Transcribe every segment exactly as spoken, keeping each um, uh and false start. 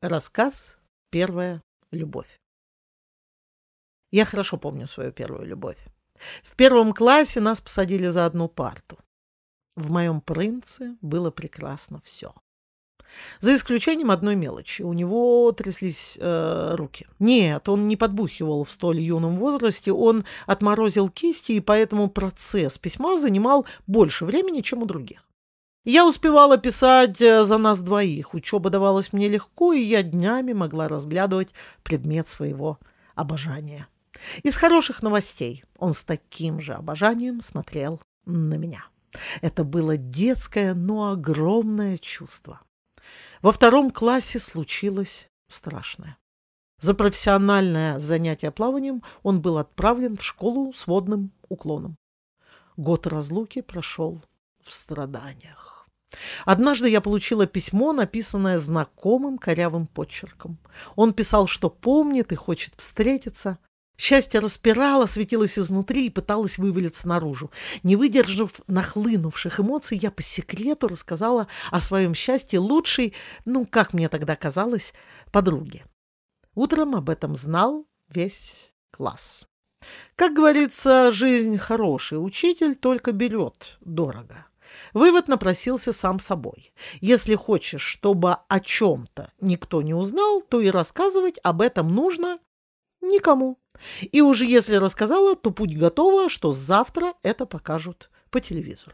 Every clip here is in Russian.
Рассказ «Первая любовь». Я хорошо помню свою первую любовь. В первом классе нас посадили за одну парту. В моем принце было прекрасно все. За исключением одной мелочи. У него тряслись э, руки. Нет, он не подбухивал в столь юном возрасте, он отморозил кисти, и поэтому процесс письма занимал больше времени, чем у других. Я успевала писать за нас двоих. Учеба давалась мне легко, и я днями могла разглядывать предмет своего обожания. Из хороших новостей он с таким же обожанием смотрел на меня. Это было детское, но огромное чувство. Во втором классе случилось страшное. За профессиональное занятие плаванием он был отправлен в школу с водным уклоном. Год разлуки прошел в страданиях. Однажды я получила письмо, написанное знакомым корявым почерком. Он писал, что помнит и хочет встретиться. Счастье распирало, светилось изнутри и пыталось вывалиться наружу. Не выдержав нахлынувших эмоций, я по секрету рассказала о своем счастье лучшей, ну, как мне тогда казалось, подруге. Утром об этом знал весь класс. Как говорится, жизнь хороший учитель, только берет дорого. Вывод напросился сам собой. Если хочешь, чтобы о чем-то никто не узнал, то и рассказывать об этом нужно никому. И уже если рассказала, то путь готова, что завтра это покажут по телевизору.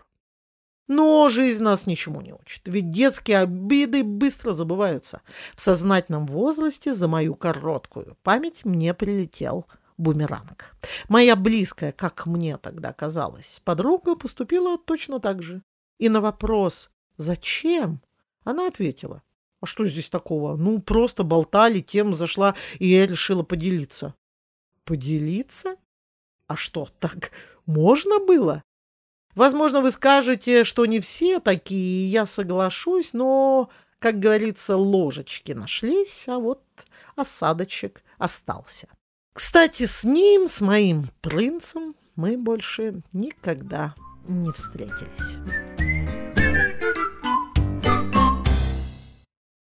Но жизнь нас ничему не учит, ведь детские обиды быстро забываются. В сознательном возрасте за мою короткую память мне прилетел бумеранг. Моя близкая, как мне тогда казалось, подруга поступила точно так же. И на вопрос «Зачем?» она ответила: «А что здесь такого? Ну, просто болтали, тем зашла, и я решила поделиться». Поделиться? А что, так можно было? Возможно, вы скажете, что не все такие, я соглашусь, но, как говорится, ложечки нашлись, а вот осадочек остался. Кстати, с ним, с моим принцем, мы больше никогда не встретились.